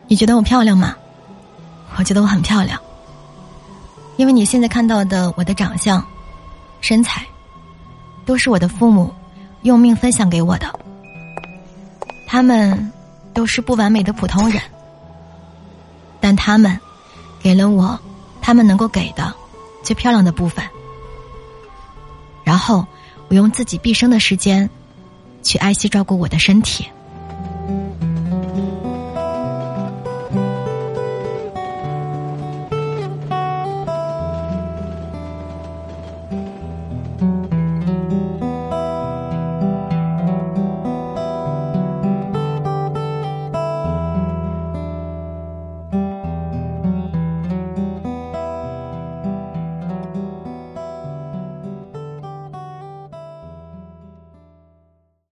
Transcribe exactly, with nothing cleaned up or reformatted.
你觉得我漂亮吗？我觉得我很漂亮，因为你现在看到的我的长相、身材，都是我的父母用命分享给我的。他们都是不完美的普通人，但他们给了我他们能够给的最漂亮的部分。然后我用自己毕生的时间去爱惜照顾我的身体。